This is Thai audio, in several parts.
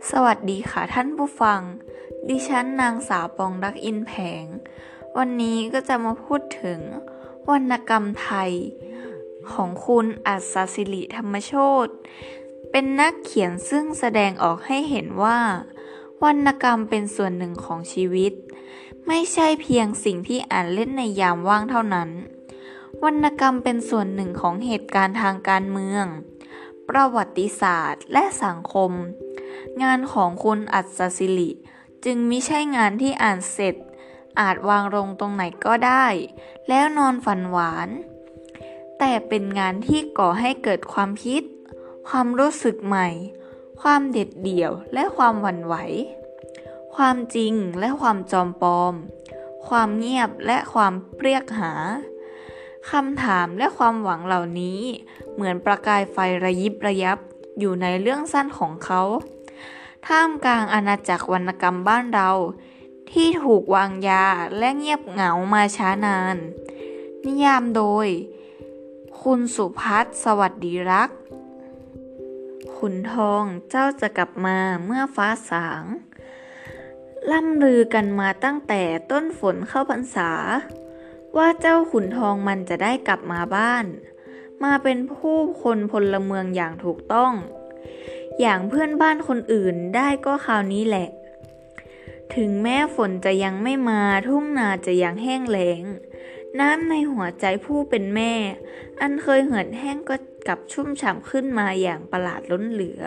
สวัสดีค่ะท่านผู้ฟัง ดิฉันนางสาวปองรักอินแผง วันนี้ก็จะมาพูดถึงวรรณกรรมไทยของคุณอัศสิริธรรมโชติเป็นนักเขียนซึ่งแสดงออกให้เห็นว่าวรรณกรรมเป็นส่วนหนึ่งของชีวิตไม่ใช่เพียงสิ่งที่อ่านเล่นในยามว่างเท่านั้นวรรณกรรมเป็นส่วนหนึ่งของเหตุการณ์ทางการเมืองประวัติศาสตร์และสังคมงานของคุณอัศสิริจึงมิใช่งานที่อ่านเสร็จอาจวางลงตรงไหนก็ได้แล้วนอนฝันหวานแต่เป็นงานที่ก่อให้เกิดความคิดความรู้สึกใหม่ความเด็ดเดี่ยวและความหวั่นไหวความจริงและความจอมปลอมความเงียบและความเรียกหาคำถามและความหวังเหล่านี้เหมือนประกายไฟระยิบระยับอยู่ในเรื่องสั้นของเขาท่ามกลางอาณาจักรวรรณกรรมบ้านเราที่ถูกวางยาและเงียบเหงามาช้านานนิยามโดยคุณสุพัฒน์สวัสดีรักขุนทองเจ้าจะกลับมาเมื่อฟ้าสางล่ำลือกันมาตั้งแต่ต้นฝนเข้าพรรษาว่าเจ้าขุนทองมันจะได้กลับมาบ้านมาเป็นผู้คนพลเมืองอย่างถูกต้องอย่างเพื่อนบ้านคนอื่นได้ก็คราวนี้แหละถึงแม้ฝนจะยังไม่มาทุ่งนาจะยังแห้งแล้งน้ำในหัวใจผู้เป็นแม่อันเคยเหือดแห้งก็กลับชุ่มฉ่ำขึ้นมาอย่างประหลาดล้นเหลือ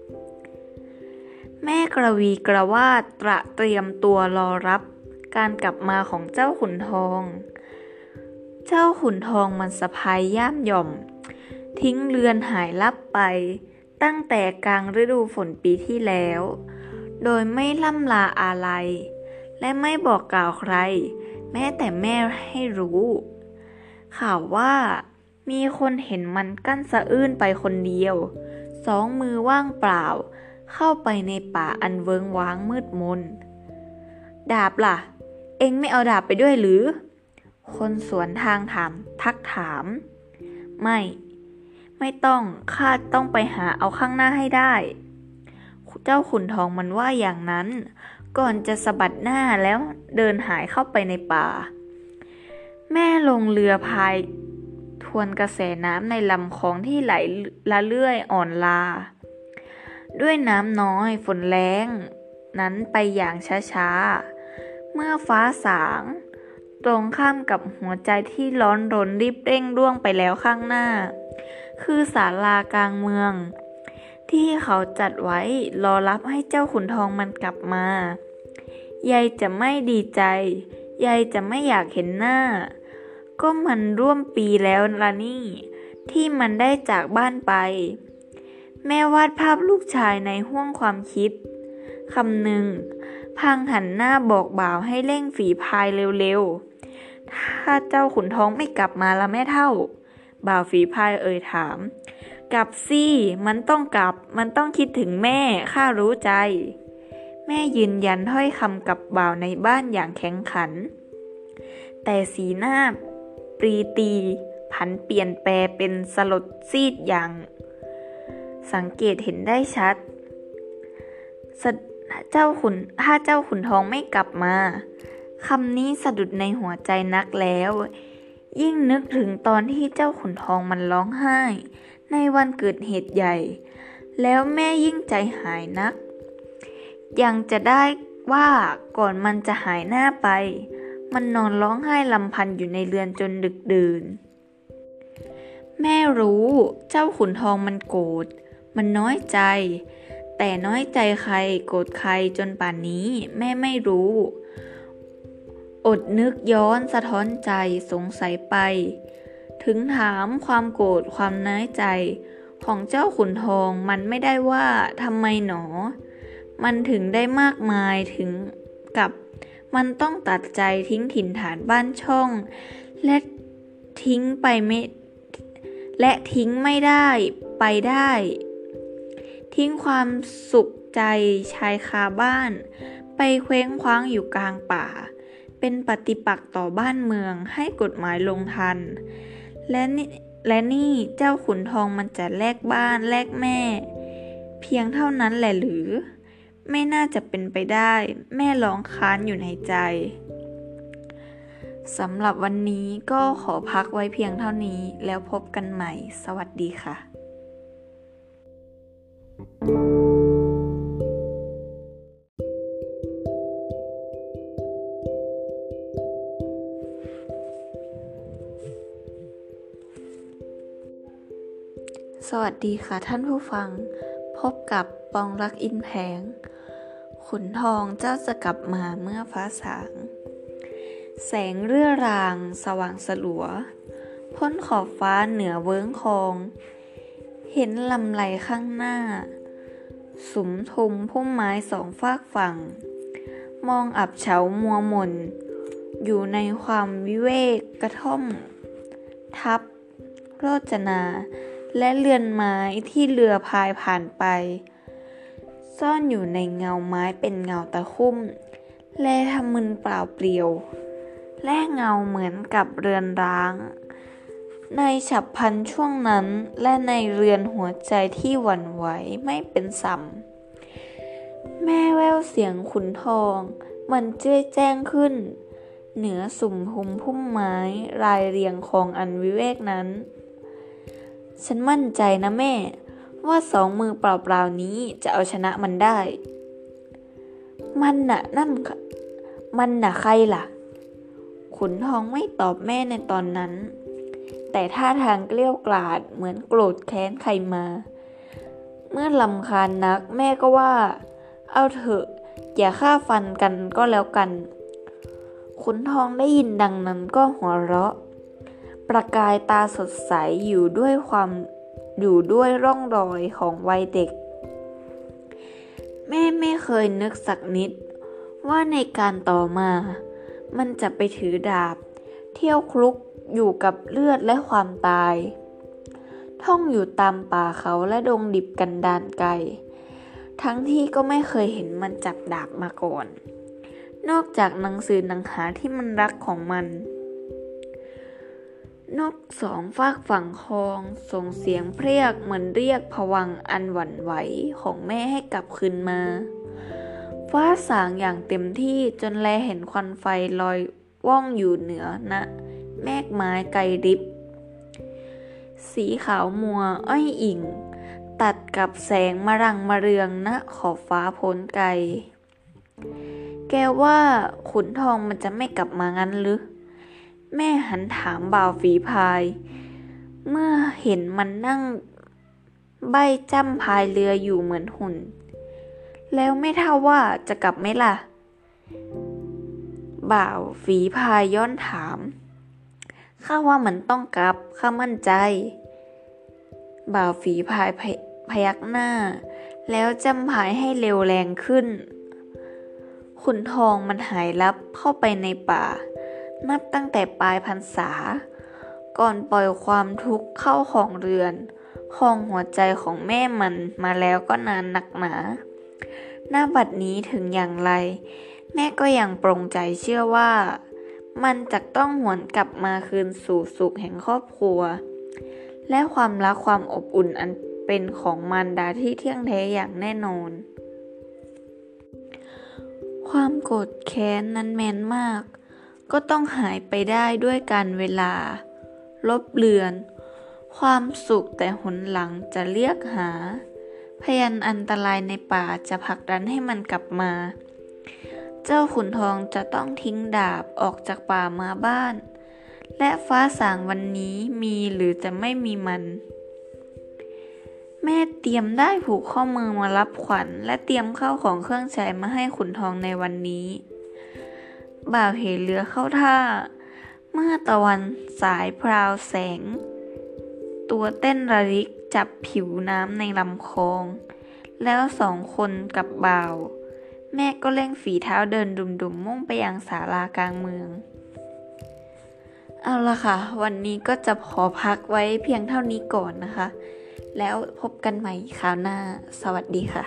แม่กระวีกระวาดเตรียมตัวรอรับการกลับมาของเจ้าขุนทองเจ้าขุนทองมันสะพายย่ามหย่อมทิ้งเรือนหายลับไปตั้งแต่กลางฤดูฝนปีที่แล้วโดยไม่ล่ำลาอาลัยและไม่บอกกล่าวใครแม้แต่แม่ให้รู้ข่าวว่ามีคนเห็นมันกั้นสะอื้นไปคนเดียวสองมือว่างเปล่าเข้าไปในป่าอันเวิ้งว้างมืดมนดาบล่ะเอ็งไม่เอาดาบไปด้วยหรือคนสวนทางทักถามไม่ต้องข้าต้องไปหาเอาข้างหน้าให้ได้เจ้าขุนทองมันว่าอย่างนั้นก่อนจะสะบัดหน้าแล้วเดินหายเข้าไปในป่าแม่ลงเรือพายทวนกระแสน้ำในลำคลองที่ไหลละเลื่อยอ่อนลาด้วยน้ำน้อยฝนแล้งนั้นไปอย่างช้าๆเมื่อฟ้าสางตรงข้ามกับหัวใจที่ร้อนรนรีบเร่งร่วงไปแล้วข้างหน้าคือศาลากลางเมืองที่เขาจัดไว้รอรับให้เจ้าขุนทองมันกลับมายายจะไม่ดีใจยายจะไม่อยากเห็นหน้าก็มันร่วมปีแล้วล่ะนี่ที่มันได้จากบ้านไปแม่วาดภาพลูกชายในห้วงความคิดคำหนึ่งพางหันหน้าบอกบ่าวให้เร่งฝีพายเร็วๆถ้าเจ้าขุนทองไม่กลับมาละแม่เฒ่าบ่าวฝีพายเอ่ยถามกลับสิมันต้องกลับมันต้องคิดถึงแม่ข้ารู้ใจแม่ยืนยันถ้อยคำกับบ่าวในบ้านอย่างแข็งขันแต่สีหน้าปรีตีผันเปลี่ยนแปลเป็นสลดซีดอย่างสังเกตเห็นได้ชัดถ้าเจ้าขุนทองไม่กลับมาคำนี้สะดุดในหัวใจนักแล้วยิ่งนึกถึงตอนที่เจ้าขุนทองมันร้องไห้ในวันเกิดเหตุใหญ่แล้วแม่ยิ่งใจหายนักยังจะได้ว่าก่อนมันจะหายหน้าไปมันนอนร้องไห้ลำพันอยู่ในเรือนจนดึกดื่นแม่รู้เจ้าขุนทองมันโกรธมันน้อยใจแต่น้อยใจใครโกรธใครจนป่านนี้แม่ไม่รู้อดนึกย้อนสะท้อนใจสงสัยไปถึงถามความโกรธความน้อยใจของเจ้าขุนทองมันไม่ได้ว่าทำไมหนอมันถึงได้มากมายถึงกับมันต้องตัดใจทิ้งถิ่นฐานบ้านช่องและทิ้งไม่ได้ไปได้ทิ้งความสุขใจชายคาบ้านไปเคว้งคว้างอยู่กลางป่าเป็นปฏิปักษ์ต่อบ้านเมืองให้กฎหมายลงทันและนี่เจ้าขุนทองมันจะแลกบ้านแลกแม่เพียงเท่านั้นแหละหรือไม่น่าจะเป็นไปได้แม่ร้องค้านอยู่ในใจสำหรับวันนี้ก็ขอพักไว้เพียงเท่านี้แล้วพบกันใหม่สวัสดีค่ะสวัสดีค่ะท่านผู้ฟังพบกับปองรักอินแผงขุนทองเจ้าจะกลับมาเมื่อฟ้าสางแสงเรื่อรางสว่างสลัวพ้นขอบฟ้าเหนือเวิ้งคองเห็นลำไรข้างหน้าสุมทุมพุ่มไม้สองฝากฝั่งมองอับเฉามัวหม่นอยู่ในความวิเวกกระท่อมทับโรจนาและเรือนไม้ที่เรือพายผ่านไปซ่อนอยู่ในเงาไม้เป็นเงาตะคุ่มและทำมึนเปล่าเปลี่ยวและเงาเหมือนกับเรือนร้างในฉับพลันช่วงนั้นและในเรือนหัวใจที่หวั่นไหวไม่เป็นสัมแม่แว่วเสียงขุนทองมันเจ้ยแจ้งขึ้นเหนือสุ่มทุมพุ่มไม้รายเรียงของอันวิเวกนั้นฉันมั่นใจนะแม่ว่าสองมือเปล่าๆนี้จะเอาชนะมันได้มันน่ะใครล่ะขุนทองไม่ตอบแม่ในตอนนั้นแต่ท่าทางเกลี้ยวกล่อมเหมือนโกรธแค้นใครมาเมื่อรำคาญนักแม่ก็ว่าเอาเถอะอย่าฆ่าฟันกันก็แล้วกันขุนทองได้ยินดังนั้นก็หัวเราะประกายตาสดใสอยู่ด้วยร่องรอยของวัยเด็กแม่ไม่เคยนึกสักนิดว่าในการต่อมามันจะไปถือดาบเที่ยวคลุกอยู่กับเลือดและความตายท่องอยู่ตามป่าเขาและดงดิบกันดารไกลทั้งที่ก็ไม่เคยเห็นมันจับดาบมาก่อนนอกจากหนังสือหนังหาที่มันรักของมันนกสองฟากฝั่งคลองส่งเสียงเพรียกเหมือนเรียกภวังค์อันหวั่นไหวของแม่ให้กลับคืนมาฟ้าสางอย่างเต็มที่จนแลเห็นควันไฟลอยว่องอยู่เหนือนะแมกไม้ไกลริบสีขาวมัวอ้อยอิ่งตัดกับแสงมรังมะเรืองณขอบฟ้าพ้นไกลแกว่าขุนทองมันจะไม่กลับมางั้นหรือแม่หันถามบ่าวฝีพายเมื่อเห็นมันนั่งใบ้จ้ำพายเรืออยู่เหมือนหุ่นแล้วไม่เท่าว่าจะกลับไหมล่ะบ่าวฝีพายย้อนถามข้าว่ามันต้องกลับข้ามั่นใจบ่าวฝีพายพยักหน้าแล้วจ้ำพายให้เร็วแรงขึ้นขุนทองมันหายลับเข้าไปในป่านับตั้งแต่ปลายพรรษาก่อนปล่อยความทุกข์เข้าของเรือนครองหัวใจของแม่มันมาแล้วก็นานหนักหนาณ บัดนี้ถึงอย่างไรแม่ก็ยังปรงใจเชื่อว่ามันจะต้องหวนกลับมาคืนสู่สุขแห่งครอบครัวและความรักความอบอุ่นอันเป็นของมารดาที่เที่ยงแท้อย่างแน่นอนความโกรธแค้นนั้นแม้นมากก็ต้องหายไปได้ด้วยการเวลาลบเลือนความสุขแต่หนหลังจะเรียกหาพยันอันตรายในป่าจะผลักดันให้มันกลับมาเจ้าขุนทองจะต้องทิ้งดาบออกจากป่ามาบ้านและฟ้าสางวันนี้มีหรือจะไม่มีมันแม่เตรียมได้ผูกข้อมือมารับขวัญและเตรียมข้าวของเครื่องใช้มาให้ขุนทองในวันนี้บ่าวเหเรือเข้าท่าเมื่อตะวันสายพราวแสงตัวเต้นระริกจับผิวน้ำในลำคลองแล้วสองคนกับบ่าวแม่ก็เร่งฝีเท้าเดินดุ่มๆมุ่งไปยังศาลากลางเมืองเอาล่ะค่ะวันนี้ก็จะขอพักไว้เพียงเท่านี้ก่อนนะคะแล้วพบกันใหม่คราวหน้าสวัสดีค่ะ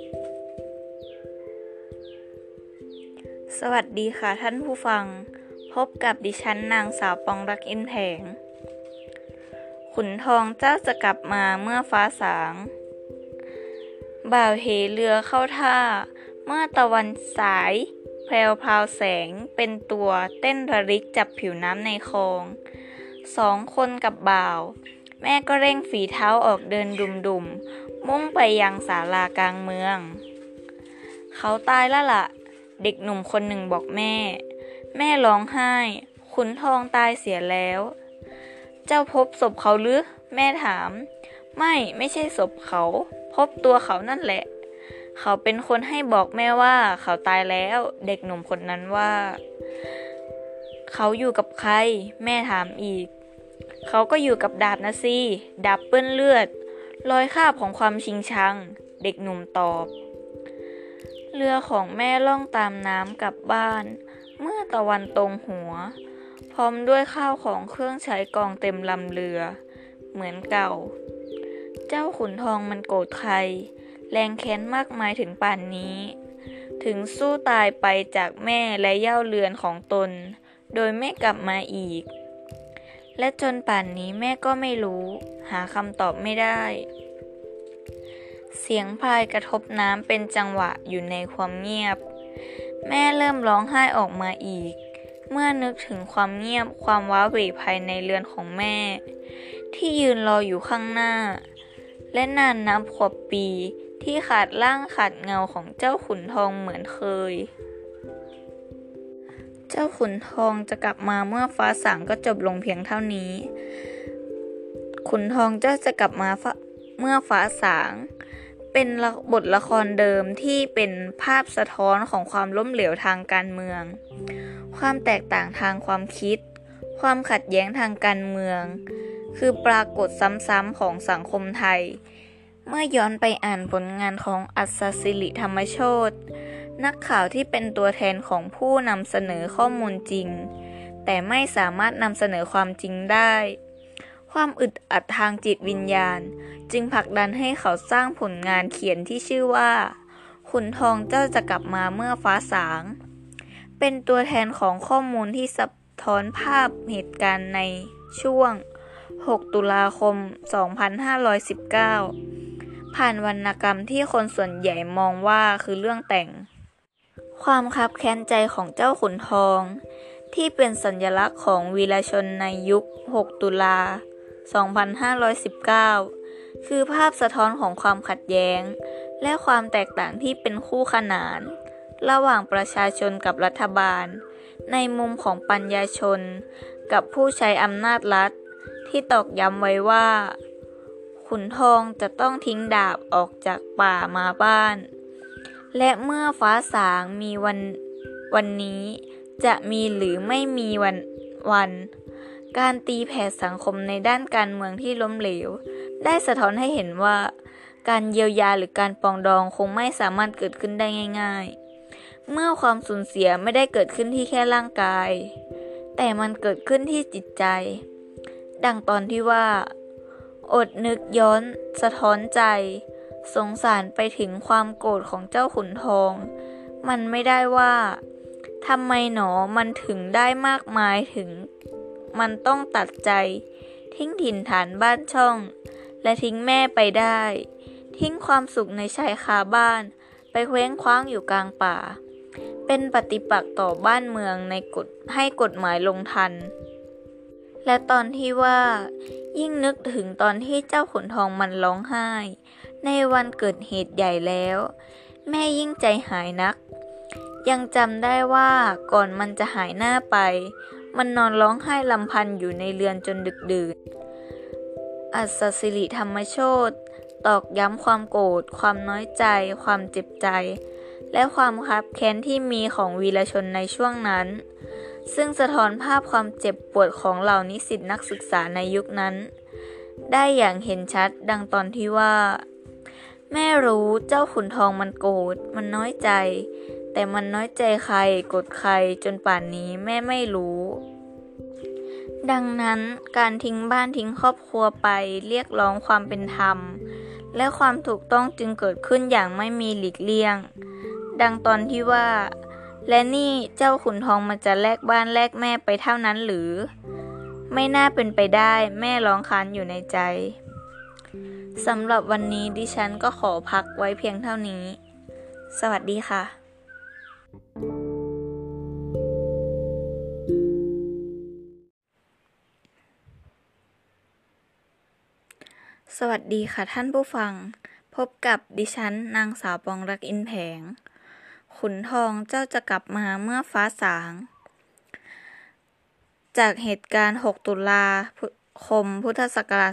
สวัสดีค่ะท่านผู้ฟังพบกับดิฉันนางสาวปองรักอินแผงขุนทองเจ้าจะกลับมาเมื่อฟ้าสางบ่าวเหเรือเข้าท่าเมื่อตะวันสายแพรวพราวแสงเป็นตัวเต้นระริกจับผิวน้ำในคลอง2 คนกับบ่าวแม่ก็เร่งฝีเท้าออกเดินดุ่มๆมุ่งไปยังศาลากลางเมืองเขาตายแล้วล่ะเด็กหนุ่มคนหนึ่งบอกแม่ร้องไห้ขุนทองตายเสียแล้วเจ้าพบศพเขาหรือแม่ถามไม่ใช่ศพเขาพบตัวเขานั่นแหละเขาเป็นคนให้บอกแม่ว่าเขาตายแล้วเด็กหนุ่มคนนั้นว่าเขาอยู่กับใครแม่ถามอีกเขาก็อยู่กับดาบนะสิดาบเปื้อนเลือดรอยคราบของความชิงชังเด็กหนุ่มตอบเรือของแม่ล่องตามน้ำกลับบ้านเมื่อตะวันตรงหัวพร้อมด้วยข้าวของเครื่องใช้กองเต็มลำเรือเหมือนเก่าเจ้าขุนทองมันโกรธใครแรงแค้นมากมายถึงป่านนี้ถึงสู้ตายไปจากแม่และเหย้าเรือนของตนโดยไม่กลับมาอีกและจนป่านนี้แม่ก็ไม่รู้หาคำตอบไม่ได้เสียงพายกระทบน้ำเป็นจังหวะอยู่ในความเงียบแม่เริ่มร้องไห้ออกมาอีกเมื่อนึกถึงความเงียบความว้าเหวภายในเรือนของแม่ที่ยืนรออยู่ข้างหน้าและนานนับขวบปีที่ขาดร่างขาดเงาของเจ้าขุนทองเหมือนเคยเจ้าขุนทองจะกลับมาเมื่อฟ้าสางก็จบลงเพียงเท่านี้ขุนทองเจ้าจะกลับมาเมื่อฟ้าสางเป็นบทละครเดิมที่เป็นภาพสะท้อนของความล้มเหลวทางการเมืองความแตกต่างทางความคิดความขัดแย้งทางการเมืองคือปรากฏซ้ำๆของสังคมไทยเมื่อย้อนไปอ่านผลงานของอัศสิริธรรมโชตินักข่าวที่เป็นตัวแทนของผู้นำเสนอข้อมูลจริงแต่ไม่สามารถนำเสนอความจริงได้ความอึดอัดทางจิตวิญญาณจึงผลักดันให้เขาสร้างผลงานเขียนที่ชื่อว่าขุนทองเจ้าจะกลับมาเมื่อฟ้าสางเป็นตัวแทนของข้อมูลที่สะท้อนภาพเหตุการณ์ในช่วง6 ตุลาคม 2519 ผ่านวรรณกรรมที่คนส่วนใหญ่มองว่าคือเรื่องแต่งความคับแค้นใจของเจ้าขุนทองที่เป็นสัญลักษณ์ของวีรชนในยุค6 ตุลา 2519 คือภาพสะท้อนของความขัดแย้งและความแตกต่างที่เป็นคู่ขนานระหว่างประชาชนกับรัฐบาลในมุมของปัญญาชนกับผู้ใช้อำนาจรัฐที่ตอกย้ำไว้ว่าขุนทองจะต้องทิ้งดาบออกจากป่ามาบ้านและเมื่อฟ้าสางมีวันนี้จะมีหรือไม่มีวันการตีแผ่สังคมในด้านการเมืองที่ล้มเหลวได้สะท้อนให้เห็นว่าการเยียวยาหรือการปรองดองคงไม่สามารถเกิดขึ้นได้ง่ายๆเมื่อความสูญเสียไม่ได้เกิดขึ้นที่แค่ร่างกายแต่มันเกิดขึ้นที่จิตใจดังตอนที่ว่าอดนึกย้อนสะท้อนใจสงสารไปถึงความโกรธของเจ้าขุนทองมันไม่ได้ว่าทำไมหนอมันถึงได้มากมายถึงมันต้องตัดใจทิ้งถิ่นฐานบ้านช่องและทิ้งแม่ไปได้ทิ้งความสุขในชายคาบ้านไปเคว้งคว้างอยู่กลางป่าเป็นปฏิปักษ์ต่อบ้านเมืองในให้กฎหมายลงทันและตอนที่ว่ายิ่งนึกถึงตอนที่เจ้าขุนทองมันร้องไห้ในวันเกิดเหตุใหญ่แล้วแม่ยิ่งใจหายนักยังจำได้ว่าก่อนมันจะหายหน้าไปมันนอนร้องไห้รำพันอยู่ในเรือนจนดึกดื่นอัศสิริธรรมโชติตอกย้ำความโกรธความน้อยใจความเจ็บใจและความคับแค้นที่มีของวีรชนในช่วงนั้นซึ่งสะท้อนภาพความเจ็บปวดของเหล่านิสิตนักศึกษาในยุคนั้นได้อย่างเห็นชัดดังตอนที่ว่าแม่รู้เจ้าขุนทองมันโกรธมันน้อยใจแต่มันน้อยใจใครโกรธใครจนป่านนี้แม่ไม่รู้ดังนั้นการทิ้งบ้านทิ้งครอบครัวไปเรียกร้องความเป็นธรรมและความถูกต้องจึงเกิดขึ้นอย่างไม่มีหลีกเลี่ยงดังตอนที่ว่าและนี่เจ้าขุนทองมันจะแลกบ้านแลกแม่ไปเท่านั้นหรือ ไม่น่าเป็นไปได้แม่ร้องค้านอยู่ในใจสำหรับวันนี้ดิฉันก็ขอพักไว้เพียงเท่านี้สวัสดีค่ะสวัสดีค่ะท่านผู้ฟังพบกับดิฉันนางสาวปองรักอินแผงขุนทองเจ้าจะกลับมาเมื่อฟ้าสางจากเหตุการณ์6 ตุลาคมพุทธศักราช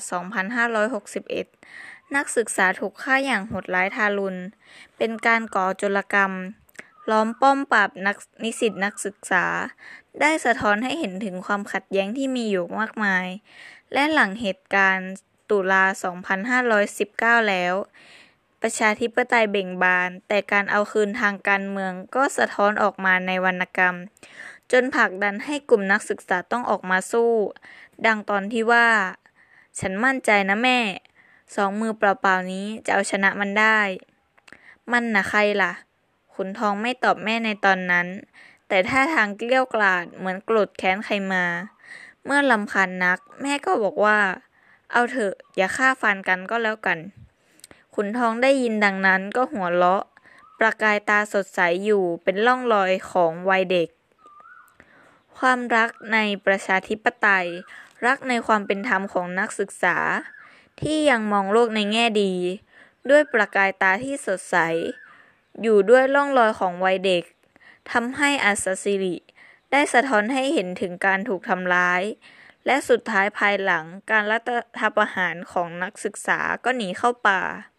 2561 นักศึกษาถูกฆ่าอย่างโหดร้ายทารุณเป็นการก่อโจรกรรมล้อมป้อมปราบนิสิตนักศึกษาได้สะท้อนให้เห็นถึงความขัดแย้งที่มีอยู่มากมายและหลังเหตุการณ์ตุลา 2519 แล้วประชาธิปไตยเบ่งบานแต่การเอาคืนทางการเมืองก็สะท้อนออกมาในวรรณกรรมจนผลักดันให้กลุ่มนักศึกษาต้องออกมาสู้ดังตอนที่ว่าฉันมั่นใจนะแม่2 มือเปล่าๆนี้จะเอาชนะมันได้มันน่ะใครล่ะขุนทองไม่ตอบแม่ในตอนนั้นแต่ท่าทางเกลี้ยวกล่อมเหมือนโกรธแค้นใครมาเมื่อรำคาญนักแม่ก็บอกว่าเอาเถอะอย่าฆ่าฟันกันก็แล้วกันขุนทองได้ยินดังนั้นก็หัวเราะประกายตาสดใสอยู่เป็นร่องรอยของวัยเด็กความรักในประชาธิปไตยรักในความเป็นธรรมของนักศึกษาที่ยังมองโลกในแง่ดีด้วยประกายตาที่สดใสอยู่ด้วยร่องรอยของวัยเด็กทำให้อัศสิริได้สะท้อนให้เห็นถึงการถูกทำร้ายและสุดท้ายภายหลังการรัฐประหารของนักศึกษาก็หนีเข้าป่า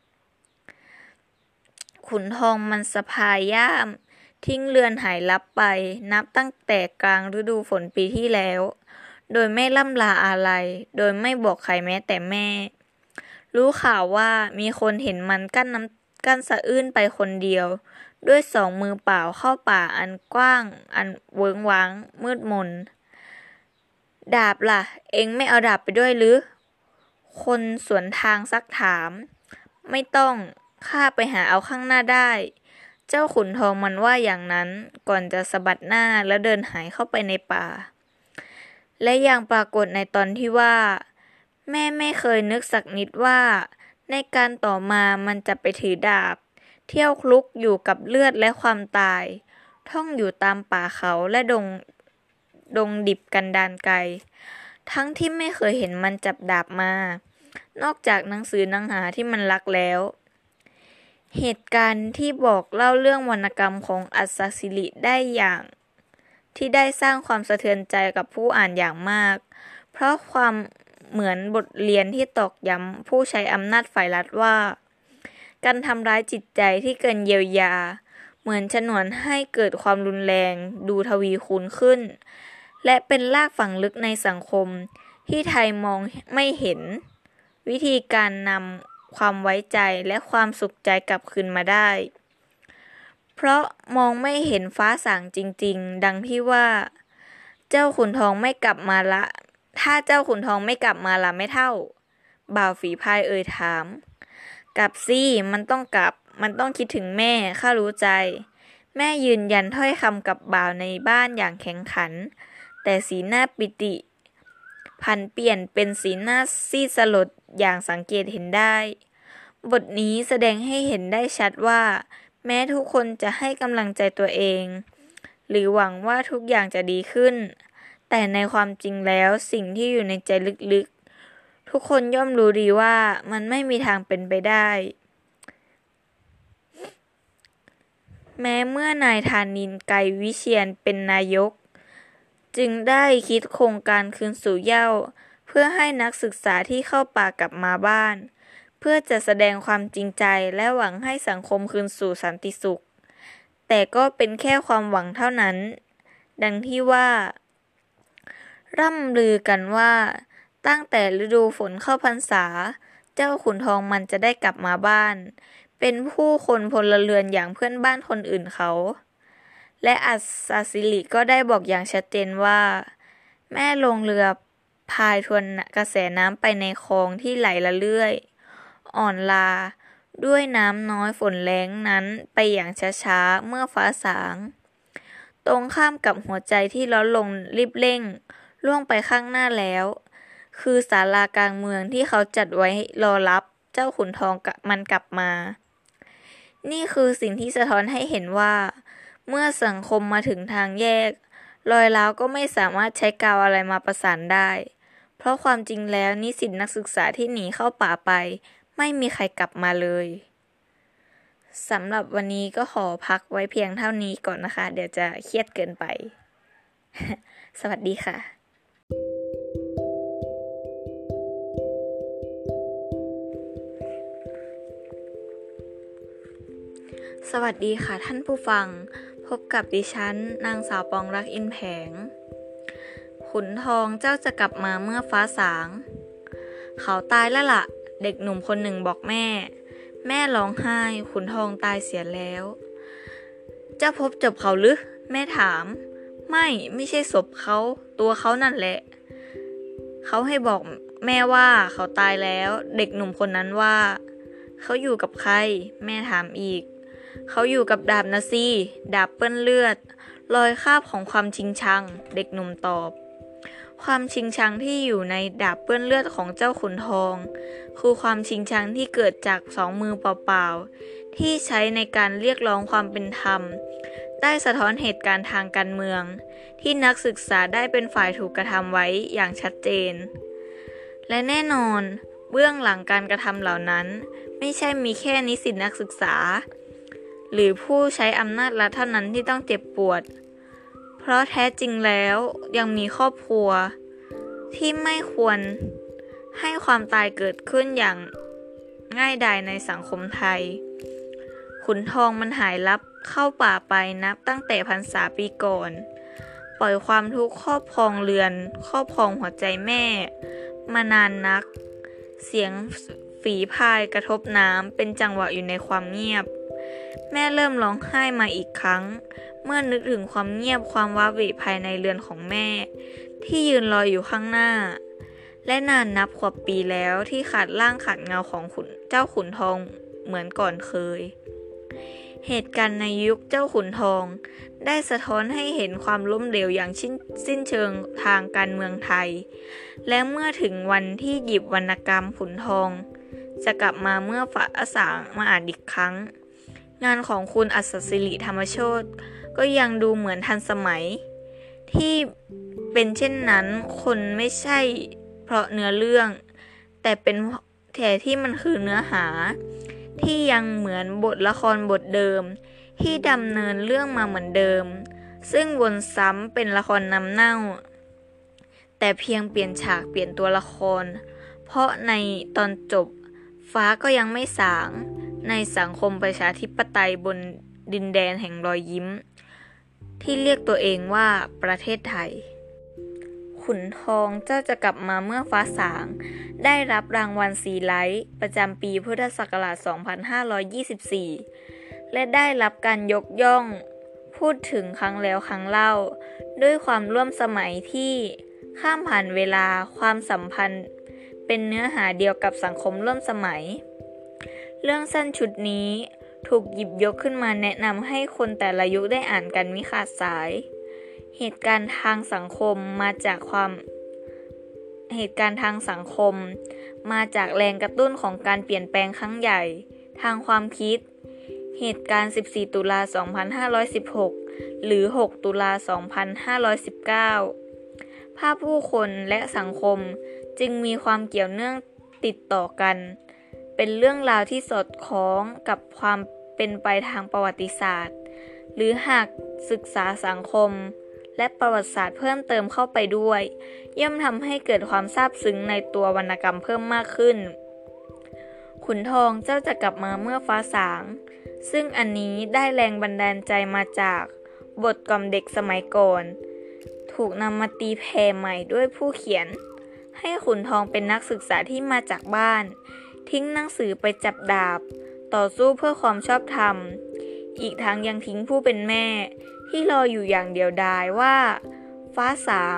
ขุนทองมันสะพายย่ามทิ้งเรือนหายลับไปนับตั้งแต่กลางฤดูฝนปีที่แล้วโดยไม่ล่ำลาอะไรโดยไม่บอกใครแม้แต่แม่รู้ข่าวว่ามีคนเห็นมันกั้นสะอื้นไปคนเดียวด้วย2 มือเปล่าเข้าป่าอันกว้างอันเวิ้งว้างมืดมนดาบล่ะเอ็งไม่เอาดาบไปด้วยหรือคนสวนทางซักถามไม่ต้องข้าไปหาเอาข้างหน้าได้เจ้าขุนทองมันว่าอย่างนั้นก่อนจะสะบัดหน้าแล้วเดินหายเข้าไปในป่าและยังปรากฏในตอนที่ว่าแม่ไม่เคยนึกสักนิดว่าในการต่อมามันจะไปถือดาบเที่ยวคลุกอยู่กับเลือดและความตายท่องอยู่ตามป่าเขาและดงดิบกันดารไกลทั้งที่ไม่เคยเห็นมันจับดาบมานอกจากหนังสือหนังหาที่มันรักแล้วเหตุการณ์ที่บอกเล่าเรื่องวรรณกรรมของอัศสิริได้อย่างที่ได้สร้างความสะเทือนใจกับผู้อ่านอย่างมากเพราะความเหมือนบทเรียนที่ตอกย้ำผู้ใช้อำนาจฝ่ายรัฐว่าการทำร้ายจิตใจที่เกินเยียวยาเหมือนฉนวนให้เกิดความรุนแรงดูทวีคูณขึ้นและเป็นรากฝังลึกในสังคมที่ไทยมองไม่เห็นวิธีการนำความไว้ใจและความสุขใจกลับคืนมาได้เพราะมองไม่เห็นฟ้าสางจริงๆดังที่ว่าเจ้าขุนทองไม่กลับมาละถ้าเจ้าขุนทองไม่กลับมาละไม่เท่าบ่าวฝีพายถามกลับสิมันต้องกลับมันต้องคิดถึงแม่ข้ารู้ใจแม่ยืนยันถ้อยคำกับบ่าวในบ้านอย่างแข็งขันแต่สีหน้าปิติพันเปลี่ยนเป็นสีหน้าซีดสลดอย่างสังเกตเห็นได้บทนี้แสดงให้เห็นได้ชัดว่าแม้ทุกคนจะให้กำลังใจตัวเองหรือหวังว่าทุกอย่างจะดีขึ้นแต่ในความจริงแล้วสิ่งที่อยู่ในใจลึกๆทุกคนย่อมรู้ดีว่ามันไม่มีทางเป็นไปได้แม้เมื่อนายธานินทร์ ไกรวิเชียรเป็นนายกจึงได้คิดโครงการคืนสู่เหย้าเพื่อให้นักศึกษาที่เข้าป่ากลับมาบ้านเพื่อจะแสดงความจริงใจและหวังให้สังคมคืนสู่สันติสุขแต่ก็เป็นแค่ความหวังเท่านั้นดังที่ว่าร่ำลือกันว่าตั้งแต่ฤดูฝนเข้าพรรษาเจ้าขุนทองมันจะได้กลับมาบ้านเป็นผู้คนพลเรือนอย่างเพื่อนบ้านคนอื่นเขาและอัศสิริก็ได้บอกอย่างชัดเจนว่าแม่ลงเรือพายทวนกระแสน้ำไปในคลองที่ไหลละเรื่อยอ่อนลาด้วยน้ำน้อยฝนแล้งนั้นไปอย่างช้าๆเมื่อฟ้าสางตรงข้ามกับหัวใจที่ร้อนรนรีบเร่งล่วงไปข้างหน้าแล้ว คือศาลากลางเมืองที่เขาจัดไว้รอรับเจ้าขุนทองมันกลับมา นี่คือสิ่งที่สะท้อนให้เห็นว่า เมื่อสังคมมาถึงทางแยก รอยร้าวก็ไม่สามารถใช้กาวอะไรมาประสานได้ เพราะความจริงแล้วนิสิตนักศึกษาที่หนีเข้าป่าไปไม่มีใครกลับมาเลยสำหรับวันนี้ก็ขอพักไว้เพียงเท่านี้ก่อนนะคะ เดี๋ยวจะเครียดเกินไป สวัสดีค่ะสวัสดีค่ะท่านผู้ฟังพบกับดิฉันนางสาวปองรักอินแผงขุนทองเจ้าจะกลับมาเมื่อฟ้าสางเขาตายแล้วล่ะเด็กหนุ่มคนหนึ่งบอกแม่ร้องไห้ขุนทองตายเสียแล้วเจ้าพบศพเขาหรือแม่ถามไม่ใช่ศพเขาตัวเขานั่นแหละเขาให้บอกแม่ว่าเขาตายแล้วเด็กหนุ่มคนนั้นว่าเขาอยู่กับใครแม่ถามอีกเขาอยู่กับดาบนะสิดาบเปื้อนเลือดรอยคราบของความชิงชังเด็กหนุ่มตอบความชิงชังที่อยู่ในดาบเปื้อนเลือดของเจ้าขุนทองคือความชิงชังที่เกิดจากสองมือเปล่าๆที่ใช้ในการเรียกร้องความเป็นธรรมได้สะท้อนเหตุการณ์ทางการเมืองที่นักศึกษาได้เป็นฝ่ายถูกกระทำไว้อย่างชัดเจนและแน่นอนเบื้องหลังการกระทำเหล่านั้นไม่ใช่มีแค่นิสิตนักศึกษาหรือผู้ใช้อำนาจรัฐเท่านั้นที่ต้องเจ็บปวดเพราะแท้จริงแล้วยังมีครอบครัวที่ไม่ควรให้ความตายเกิดขึ้นอย่างง่ายดายในสังคมไทยขุนทองมันหายลับเข้าป่าไปนับตั้งแต่พรรษาปีก่อนปล่อยความทุกข์ครอบครองเรือนครอบครองหัวใจแม่มานานนักเสียงฝีพายกระทบน้ำเป็นจังหวะอยู่ในความเงียบแม่เริ่มร้องไห้มาอีกครั้งเมื่อนึกถึงความเงียบความว้าเหวภายในเรือนของแม่ที่ยืนรออยู่ข้างหน้าและนานนับกว่าปีแล้วที่ขาดร่างขาดเงาของเจ้าขุนทองเหมือนก่อนเคยเหตุการณ์ในยุคเจ้าขุนทองได้สะท้อนให้เห็นความล้มเหลวอย่างสิ้นเชิงทางการเมืองไทยและเมื่อถึงวันที่หยิบวรรณกรรมขุนทองจะกลับมาเมื่อฟ้าสางมาอ่านอีกครั้งงานของคุณอัศศิริธรรมโชติก็ยังดูเหมือนทันสมัยที่เป็นเช่นนั้นคนไม่ใช่เพราะเนื้อเรื่องแต่ที่มันคือเนื้อหาที่ยังเหมือนบทละครบทเดิมที่ดำเนินเรื่องมาเหมือนเดิมซึ่งวนซ้ำเป็นละครนำเน่าแต่เพียงเปลี่ยนฉากเปลี่ยนตัวละครเพราะในตอนจบฟ้าก็ยังไม่สางในสังคมประชาธิปไตยบนดินแดนแห่งรอยยิ้มที่เรียกตัวเองว่าประเทศไทยขุนทองเจ้าจะกลับมาเมื่อฟ้าสางได้รับรางวัลซีไลท์ประจำปีพุทธศักราช 2524 และได้รับการยกย่องพูดถึงครั้งแล้วครั้งเล่าด้วยความร่วมสมัยที่ข้ามผ่านเวลาความสัมพันธ์เป็นเนื้อหาเดียวกับสังคมร่วมสมัยเรื่องสั้นชุดนี้ถูกหยิบยกขึ้นมาแนะนำให้คนแต่ละยุคได้อ่านกันมิขาดสายเหตุการณ์ทางสังคมมาจากแรงกระตุ้นของการเปลี่ยนแปลงครั้งใหญ่ทางความคิดเหตุการณ์14ตุลา2516หรือ6ตุลา2519ภาพผู้คนและสังคมจึงมีความเกี่ยวเนื่องติดต่อกันเป็นเรื่องราวที่สอดคล้องกับความเป็นไปทางประวัติศาสตร์หรือหากศึกษาสังคมและประวัติศาสตร์เพิ่มเติมเข้าไปด้วยย่อมทำให้เกิดความซาบซึ้งในตัววรรณกรรมเพิ่มมากขึ้นขุนทองเจ้าจะกลับมาเมื่อฟ้าสางซึ่งอันนี้ได้แรงบันดาลใจมาจากบทกล่อมเด็กสมัยก่อนถูกนำมาตีแผ่ใหม่ด้วยผู้เขียนให้ขุนทองเป็นนักศึกษาที่มาจากบ้านทิ้งหนังสือไปจับดาบต่อสู้เพื่อความชอบธรรมอีกทั้งยังทิ้งผู้เป็นแม่ที่รออยู่อย่างเดียวดายว่าฟ้าสาง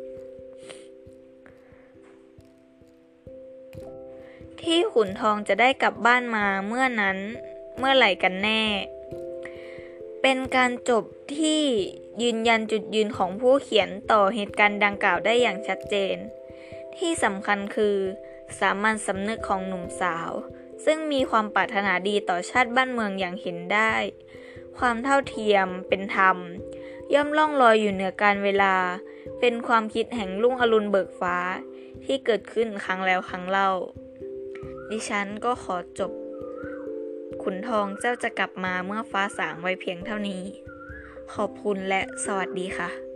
ที่ขุนทองจะได้กลับบ้านมาเมื่อไหร่กันแน่เป็นการจบที่ยืนยันจุดยืนของผู้เขียนต่อเหตุการณ์ดังกล่าวได้อย่างชัดเจนที่สำคัญคือสามัญสำนึกของหนุ่มสาวซึ่งมีความปรารถนาดีต่อชาติบ้านเมืองอย่างเห็นได้ความเท่าเทียมเป็นธรรมย่อมล่องลอยอยู่เหนือการเวลาเป็นความคิดแห่งรุ่งอรุณเบิกฟ้าที่เกิดขึ้นครั้งแล้วครั้งเล่าดิฉันก็ขอจบขุนทองเจ้าจะกลับมาเมื่อฟ้าสางไว้เพียงเท่านี้ขอบคุณและสวัสดีค่ะ